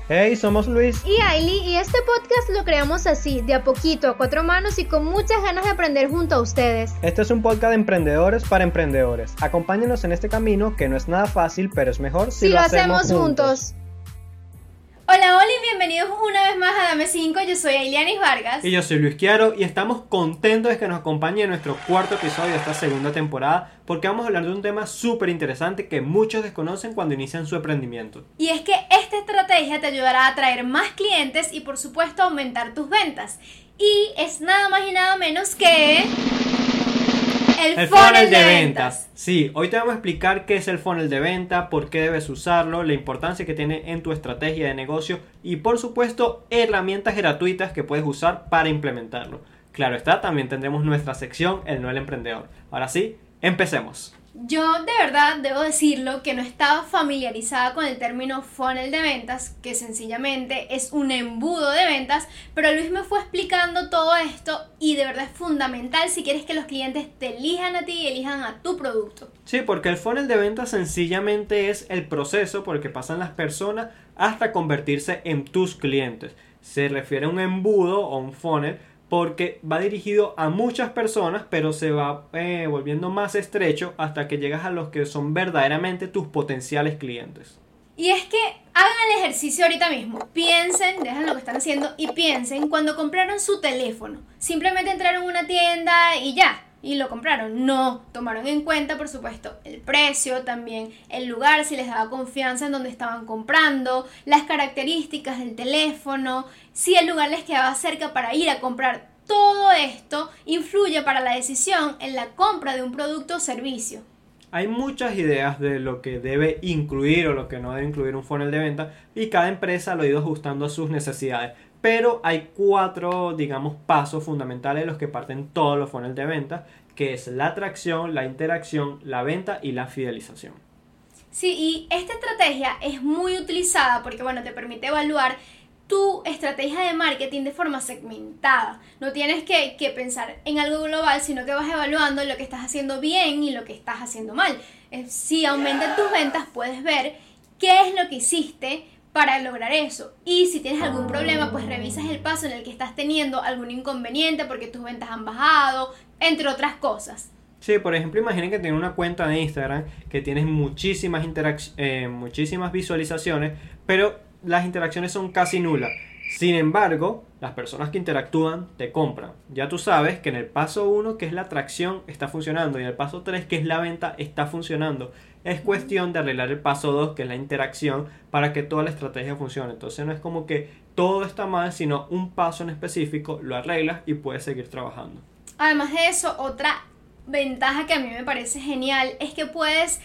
Hey, somos Luis y Ailey y este podcast lo creamos así, de a poquito, a cuatro manos y con muchas ganas de aprender junto a ustedes. Este es un podcast de emprendedores para emprendedores. Acompáñenos en este camino que no es nada fácil, pero es mejor si lo hacemos juntos. Hola, y bienvenidos una vez más a Dame 5, yo soy Ailianis Vargas. Y yo soy Luis Chiaro y estamos contentos de que nos acompañe en nuestro cuarto episodio de esta segunda temporada porque vamos a hablar de un tema súper interesante que muchos desconocen cuando inician su emprendimiento. Y es que esta estrategia te ayudará a atraer más clientes y por supuesto aumentar tus ventas. Y es nada más y nada menos que... El funnel de ventas. Sí, hoy te vamos a explicar qué es el funnel de venta, por qué debes usarlo, la importancia que tiene en tu estrategia de negocio y por supuesto herramientas gratuitas que puedes usar para implementarlo. Claro está, también tendremos nuestra sección El No el Emprendedor. Ahora sí, empecemos. Yo de verdad debo decirlo que no estaba familiarizada con el término funnel de ventas, que sencillamente es un embudo de ventas, pero Luis me fue explicando todo esto y de verdad es fundamental si quieres que los clientes te elijan a ti y elijan a tu producto. Sí, porque el funnel de ventas sencillamente es el proceso por el que pasan las personas hasta convertirse en tus clientes. Se refiere a un embudo o un funnel porque va dirigido a muchas personas, pero se va volviendo más estrecho hasta que llegas a los que son verdaderamente tus potenciales clientes. Y es que hagan el ejercicio ahorita mismo, piensen, dejen lo que están haciendo y piensen cuando compraron su teléfono. Simplemente entraron a una tienda y ya, y lo compraron. No, tomaron en cuenta por supuesto el precio, también el lugar, si les daba confianza en donde estaban comprando, las características del teléfono, si el lugar les quedaba cerca para ir a comprar. Todo esto influye para la decisión en la compra de un producto o servicio. Hay muchas ideas de lo que debe incluir o lo que no debe incluir un funnel de venta y cada empresa lo ha ido ajustando a sus necesidades. Pero hay 4, pasos fundamentales de los que parten todos los funnels de venta, que es la atracción, la interacción, la venta y la fidelización. Sí, y esta estrategia es muy utilizada porque, te permite evaluar tu estrategia de marketing de forma segmentada. No tienes que pensar en algo global, sino que vas evaluando lo que estás haciendo bien y lo que estás haciendo mal. Si aumentan tus ventas, puedes ver qué es lo que hiciste para lograr eso. Y si tienes algún problema, pues revisas el paso en el que estás teniendo algún inconveniente porque tus ventas han bajado, entre otras cosas. Sí, por ejemplo, imaginen que tienes una cuenta de Instagram que tienes muchísimas visualizaciones, pero las interacciones son casi nulas. Sin embargo, las personas que interactúan te compran. Ya tú sabes que en el paso 1, que es la atracción, está funcionando, y en el paso 3, que es la venta, está funcionando. Es cuestión de arreglar el paso 2, que es la interacción, para que toda la estrategia funcione. Entonces no es como que todo está mal, sino un paso en específico lo arreglas y puedes seguir trabajando. Además de eso, otra ventaja que a mí me parece genial es que puedes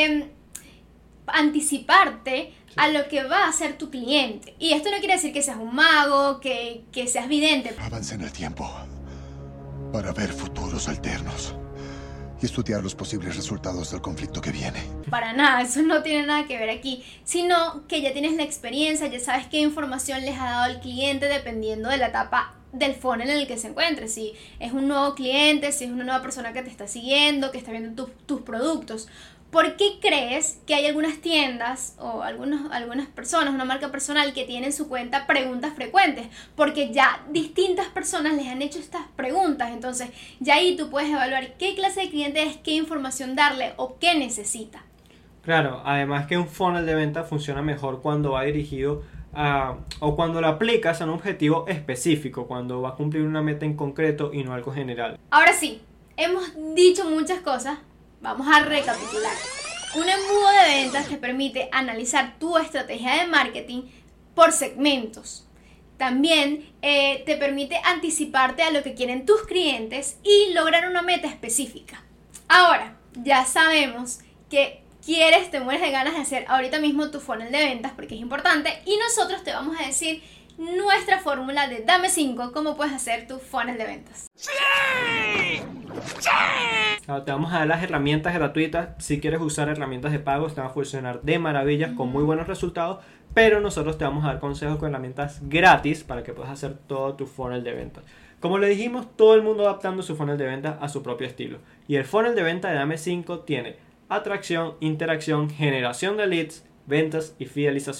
anticiparte a lo que va a hacer tu cliente. Y esto no quiere decir que seas un mago, que seas vidente. Avance en el tiempo para ver futuros alternos y estudiar los posibles resultados del conflicto que viene. Para nada, eso no tiene nada que ver aquí, sino que ya tienes la experiencia, ya sabes qué información les ha dado el cliente dependiendo de la etapa del funnel en el que se encuentre. Si es un nuevo cliente, si es una nueva persona que te está siguiendo, que está viendo tus productos. ¿Por qué crees que hay algunas tiendas o algunas personas, una marca personal que tiene en su cuenta preguntas frecuentes? Porque ya distintas personas les han hecho estas preguntas. Entonces ya ahí tú puedes evaluar qué clase de cliente es, qué información darle o qué necesita. Claro, además que un funnel de venta funciona mejor cuando va dirigido o cuando lo aplicas a un objetivo específico, cuando va a cumplir una meta en concreto y no algo general. Ahora sí, hemos dicho muchas cosas. Vamos a recapitular. Un embudo de ventas te permite analizar tu estrategia de marketing por segmentos. También te permite anticiparte a lo que quieren tus clientes y lograr una meta específica. Ahora, ya sabemos que te mueres de ganas de hacer ahorita mismo tu funnel de ventas porque es importante y nosotros te vamos a decir nuestra fórmula de Dame 5, cómo puedes hacer tu funnel de ventas. ¡Sí! ¡Sí! Te vamos a dar las herramientas gratuitas. Si quieres usar herramientas de pago, te van a funcionar de maravillas con muy buenos resultados, pero nosotros te vamos a dar consejos con herramientas gratis para que puedas hacer todo tu funnel de ventas. Como le dijimos, todo el mundo adaptando su funnel de ventas a su propio estilo. Y el funnel de venta de Dame 5 tiene atracción, interacción, generación de leads, ventas y fidelización.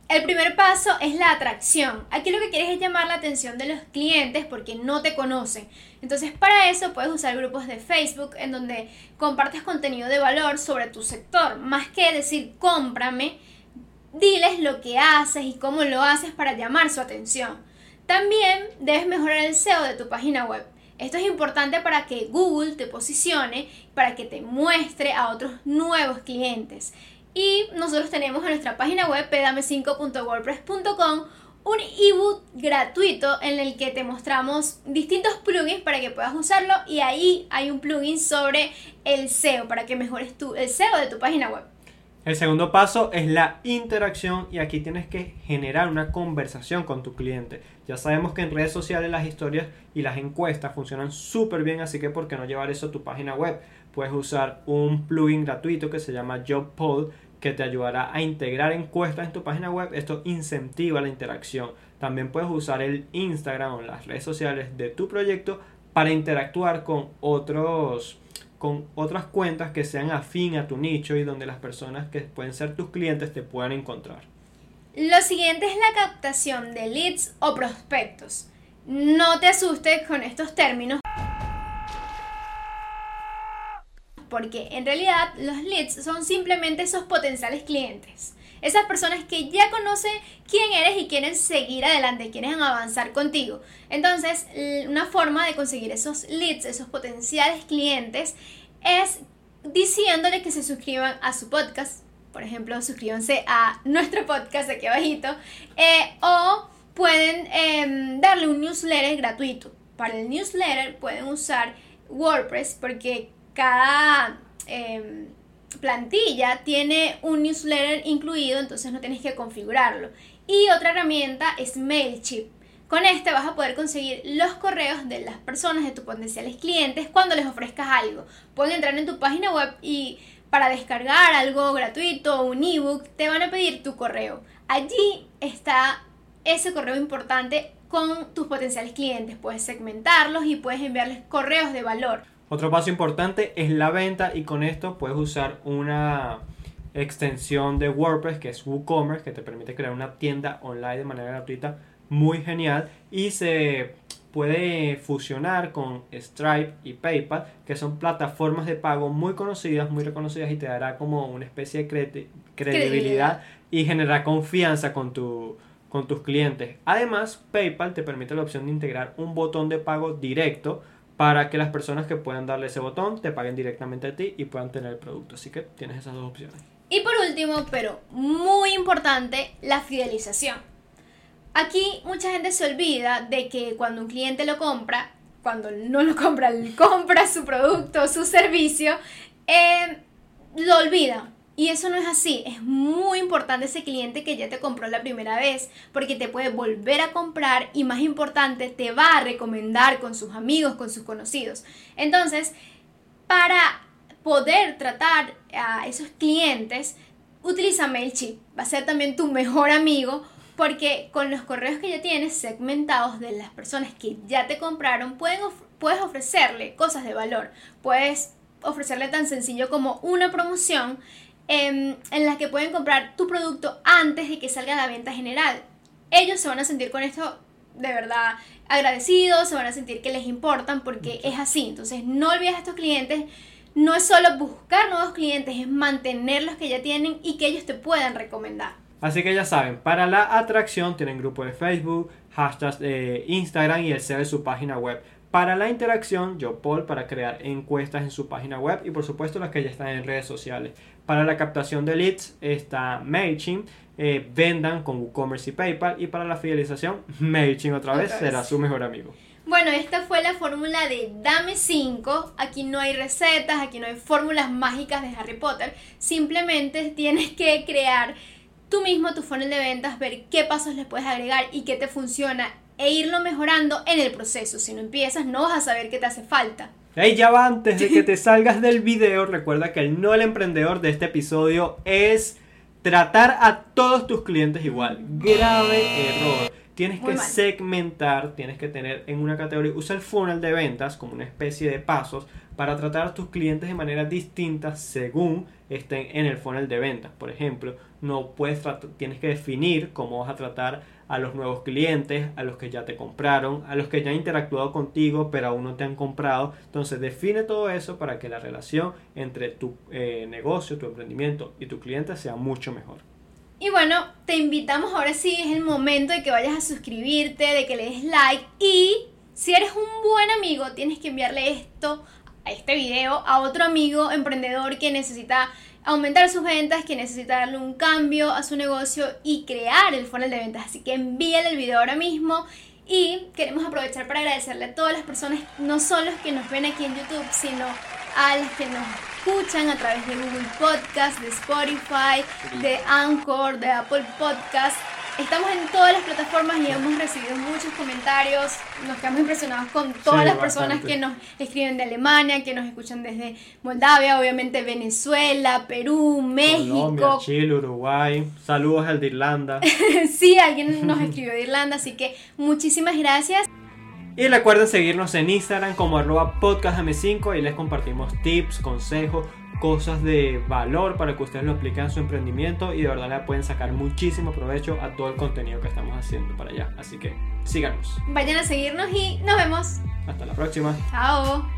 El primer paso es la atracción. Aquí lo que quieres es llamar la atención de los clientes porque no te conocen. Entonces, para eso puedes usar grupos de Facebook en donde compartes contenido de valor sobre tu sector. Más que decir cómprame, diles lo que haces y cómo lo haces para llamar su atención. También debes mejorar el SEO de tu página web. Esto es importante para que Google te posicione, para que te muestre a otros nuevos clientes. Y nosotros tenemos en nuestra página web pdame5.wordpress.com un ebook gratuito en el que te mostramos distintos plugins para que puedas usarlo, y ahí hay un plugin sobre el SEO para que mejores el SEO de tu página web. El segundo paso es la interacción, y aquí tienes que generar una conversación con tu cliente. Ya sabemos que en redes sociales las historias y las encuestas funcionan súper bien, así que ¿por qué no llevar eso a tu página web? Puedes usar un plugin gratuito que se llama Job Poll, que te ayudará a integrar encuestas en tu página web. Esto incentiva la interacción. También puedes usar el Instagram o las redes sociales de tu proyecto para interactuar con otras cuentas que sean afín a tu nicho y donde las personas que pueden ser tus clientes te puedan encontrar. Lo siguiente es la captación de leads o prospectos. No te asustes con estos términos, porque en realidad los leads son simplemente esos potenciales clientes. Esas personas que ya conocen quién eres y quieren seguir adelante, quieren avanzar contigo. Entonces, una forma de conseguir esos leads, esos potenciales clientes, es diciéndole que se suscriban a su podcast. Por ejemplo, suscríbanse a nuestro podcast aquí abajito. O pueden darle un newsletter gratuito. Para el newsletter pueden usar WordPress porque cada plantilla tiene un newsletter incluido, entonces no tienes que configurarlo. Y otra herramienta es MailChimp. Con este vas a poder conseguir los correos de las personas, de tus potenciales clientes, cuando les ofrezcas algo. Pueden entrar en tu página web y para descargar algo gratuito o un ebook te van a pedir tu correo. Allí está ese correo importante con tus potenciales clientes. Puedes segmentarlos y puedes enviarles correos de valor. Otro paso importante es la venta, y con esto puedes usar una extensión de WordPress que es WooCommerce, que te permite crear una tienda online de manera gratuita muy genial, y se puede fusionar con Stripe y PayPal, que son plataformas de pago muy conocidas, muy reconocidas, y te dará como una especie de credibilidad y generar confianza con tus clientes. Además, PayPal te permite la opción de integrar un botón de pago directo para que las personas que puedan darle ese botón te paguen directamente a ti y puedan tener el producto. Así que tienes esas dos opciones. Y por último, pero muy importante, la fidelización. Aquí mucha gente se olvida de que cuando un cliente lo compra, cuando no lo compra, compra su producto, su servicio, lo olvida. Y eso no es así. Es muy importante ese cliente que ya te compró la primera vez, porque te puede volver a comprar y, más importante, te va a recomendar con sus amigos, con sus conocidos. Entonces, para poder tratar a esos clientes, utiliza MailChimp. Va a ser también tu mejor amigo, porque con los correos que ya tienes segmentados de las personas que ya te compraron, puedes ofrecerle cosas de valor. Puedes ofrecerle tan sencillo como una promoción en la que pueden comprar tu producto antes de que salga a la venta general. Ellos se van a sentir con esto de verdad agradecidos, se van a sentir que les importan, porque es así. Entonces no olvides a estos clientes. No es solo buscar nuevos clientes, es mantener los que ya tienen y que ellos te puedan recomendar. Así que ya saben, para la atracción tienen grupo de Facebook, hashtags de Instagram y el SEO de su página web. Para la interacción, JobPoll para crear encuestas en su página web, y por supuesto las que ya están en redes sociales. Para la captación de leads está MailChimp, vendan con WooCommerce y PayPal, y para la fidelización, MailChimp otra vez será su mejor amigo. Bueno, esta fue la fórmula de Dame 5. Aquí no hay recetas, aquí no hay fórmulas mágicas de Harry Potter. Simplemente tienes que crear tú mismo tu funnel de ventas, ver qué pasos le puedes agregar y qué te funciona, e irlo mejorando en el proceso. Si no empiezas, no vas a saber qué te hace falta. Hey, ya va, antes de que te salgas del video, recuerda que el emprendedor de este episodio es tratar a todos tus clientes igual. Grave error. tienes Muy que mal. segmentar, tienes que tener en una categoría, usa el funnel de ventas como una especie de pasos para tratar a tus clientes de manera distinta según estén en el funnel de ventas. Por ejemplo, tienes que definir cómo vas a tratar a los nuevos clientes, a los que ya te compraron, a los que ya han interactuado contigo pero aún no te han comprado. Entonces define todo eso para que la relación entre tu negocio, tu emprendimiento y tu cliente sea mucho mejor. Y bueno, te invitamos, ahora sí es el momento de que vayas a suscribirte, de que le des like, y si eres un buen amigo tienes que enviarle este video a otro amigo emprendedor que necesita aumentar sus ventas, que necesita darle un cambio a su negocio y crear el funnel de ventas. Así que envíale el video ahora mismo. Y queremos aprovechar para agradecerle a todas las personas, no solo los que nos ven aquí en YouTube, sino a las que nos escuchan a través de Google Podcast, de Spotify, de Anchor, de Apple Podcast. Estamos en todas las plataformas y hemos recibido muchos comentarios. Nos quedamos impresionados con todas las personas que nos escriben de Alemania, que nos escuchan desde Moldavia, obviamente Venezuela, Perú, México, Colombia, Chile, Uruguay. Saludos al de Irlanda. Sí, alguien nos escribió de Irlanda, así que muchísimas gracias. Y recuerden seguirnos en Instagram como @podcastm5. Ahí les compartimos tips, consejos, cosas de valor para que ustedes lo apliquen a su emprendimiento y de verdad le pueden sacar muchísimo provecho a todo el contenido que estamos haciendo para allá. Así que síganos. Vayan a seguirnos y nos vemos. Hasta la próxima. Chao.